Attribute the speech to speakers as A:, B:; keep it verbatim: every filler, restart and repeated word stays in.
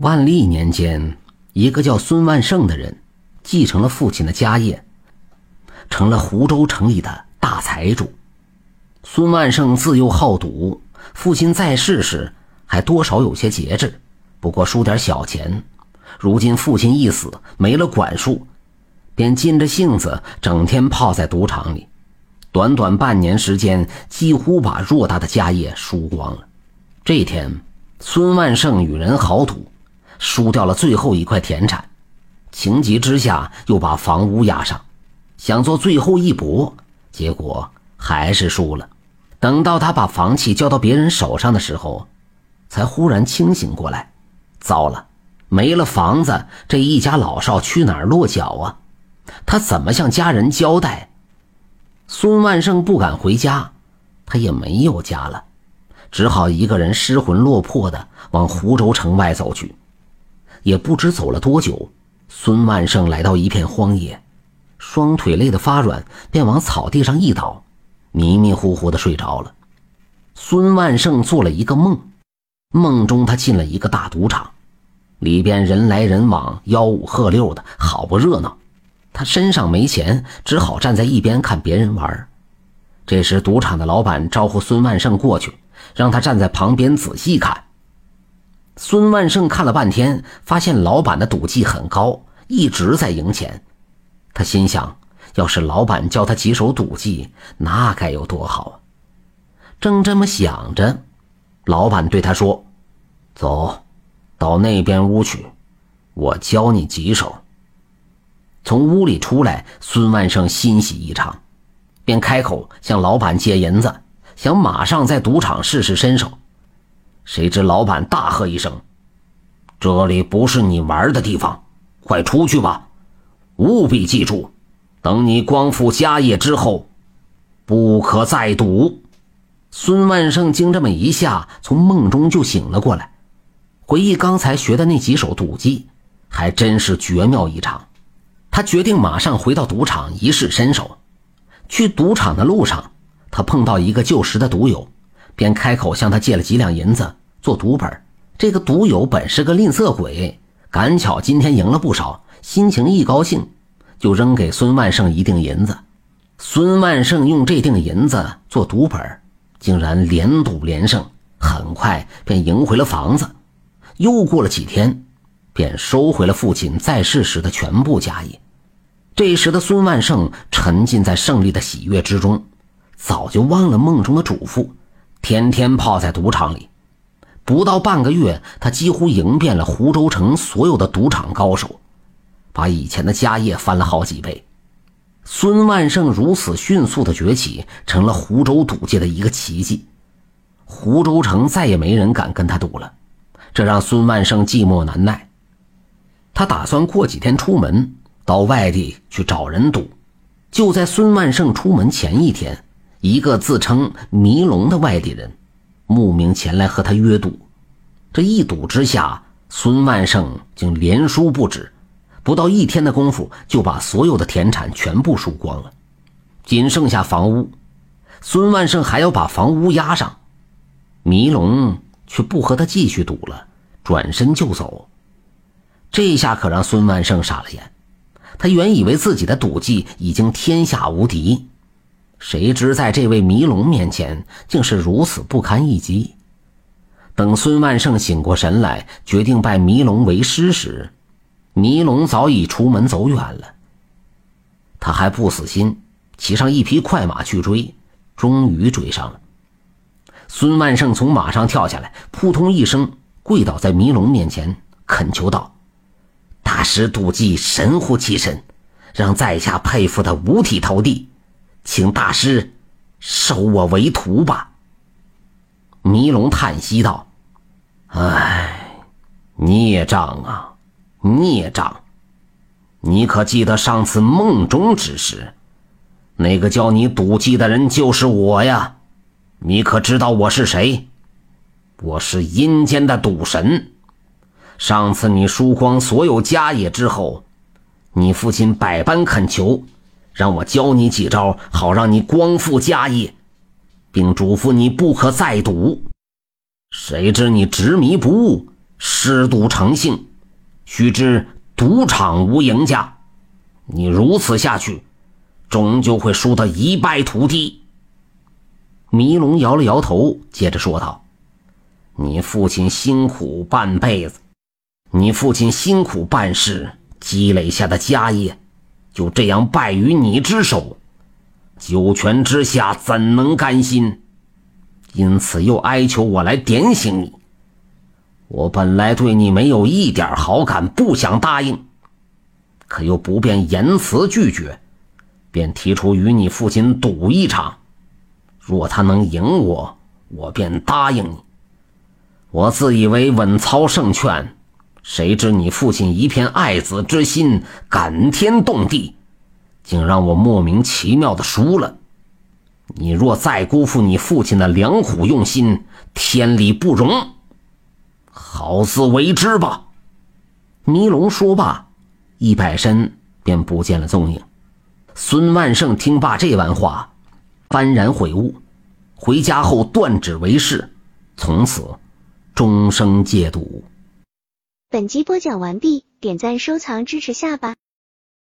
A: 万历年间，一个叫孙万胜的人继承了父亲的家业，成了湖州城里的大财主。孙万胜自幼好赌，父亲在世时还多少有些节制，不过输点小钱。如今父亲一死，没了管束，便禁着性子整天泡在赌场里，短短半年时间几乎把偌大的家业输光了。这天，孙万胜与人豪赌，输掉了最后一块田产，情急之下又把房屋押上，想做最后一搏，结果还是输了。等到他把房契交到别人手上的时候，才忽然清醒过来，糟了，没了房子，这一家老少去哪儿落脚啊？他怎么向家人交代？孙万胜不敢回家，他也没有家了，只好一个人失魂落魄的往湖州城外走去。也不知走了多久，孙万胜来到一片荒野，双腿累得发软，便往草地上一倒，迷迷糊糊的睡着了。孙万胜做了一个梦，梦中他进了一个大赌场，里边人来人往，吆五喝六的，好不热闹。他身上没钱，只好站在一边看别人玩。这时赌场的老板招呼孙万胜过去，让他站在旁边仔细看。孙万胜看了半天，发现老板的赌技很高，一直在赢钱。他心想，要是老板教他几手赌技，那该有多好啊！正这么想着，老板对他说：“走，到那边屋去，我教你几手。”从屋里出来，孙万胜欣喜异常，便开口向老板借银子，想马上在赌场试试身手。谁知老板大喝一声：“这里不是你玩的地方，快出去吧！务必记住，等你光复家业之后，不可再赌。”孙万胜经这么一下，从梦中就醒了过来，回忆刚才学的那几手赌技，还真是绝妙异常。他决定马上回到赌场一试身手。去赌场的路上，他碰到一个旧时的赌友，便开口向他借了几两银子做赌本。这个赌友本是个吝啬鬼，赶巧今天赢了不少，心情一高兴，就扔给孙万胜一锭银子。孙万胜用这锭银子做赌本，竟然连赌连胜，很快便赢回了房子。又过了几天，便收回了父亲在世时的全部家业。这时的孙万胜沉浸在胜利的喜悦之中，早就忘了梦中的嘱咐，天天泡在赌场里。不到半个月，他几乎赢遍了湖州城所有的赌场高手，把以前的家业翻了好几倍。孙万胜如此迅速的崛起，成了湖州赌界的一个奇迹。湖州城再也没人敢跟他赌了，这让孙万胜寂寞难耐。他打算过几天出门，到外地去找人赌。就在孙万胜出门前一天，一个自称迷龙的外地人慕名前来和他约赌。这一赌之下，孙万胜竟连输不止，不到一天的功夫就把所有的田产全部输光了，仅剩下房屋。孙万胜还要把房屋押上，迷龙却不和他继续赌了，转身就走。这下可让孙万胜傻了眼，他原以为自己的赌技已经天下无敌，谁知在这位迷龙面前竟是如此不堪一击。等孙万胜醒过神来，决定拜迷龙为师时，迷龙早已出门走远了。他还不死心，骑上一匹快马去追，终于追上了。孙万胜从马上跳下来，扑通一声跪倒在迷龙面前，恳求道：“大师赌技神乎其神，让在下佩服得五体投地，请大师收我为徒吧。”迷龙叹息道：“唉，孽障啊，孽障！你可记得上次梦中之时，那个教你赌技的人就是我呀？你可知道我是谁？我是阴间的赌神。上次你输光所有家业之后，你父亲百般恳求，让我教你几招，好让你光复家业，并嘱咐你不可再赌。谁知你执迷不悟， 嗜赌成性，须知赌场无赢家。你如此下去，终究会输得一败涂地。迷龙摇了摇头，接着说道：你父亲辛苦半辈子，你父亲辛苦办事积累下的家业，就这样败于你之手，九泉之下怎能甘心？因此又哀求我来点醒你。我本来对你没有一点好感，不想答应，可又不便言辞拒绝，便提出与你父亲赌一场。若他能赢我，我便答应你。我自以为稳操胜券，谁知你父亲一片爱子之心，感天动地，竟让我莫名其妙的输了。你若再辜负你父亲的良苦用心，天理不容，好自为之吧。迷龙说罢，一摆身便不见了踪影。孙万胜听罢这番话，幡然悔悟，回家后断指为誓，从此终生戒赌。
B: 本集播讲完毕，点赞收藏支持下吧。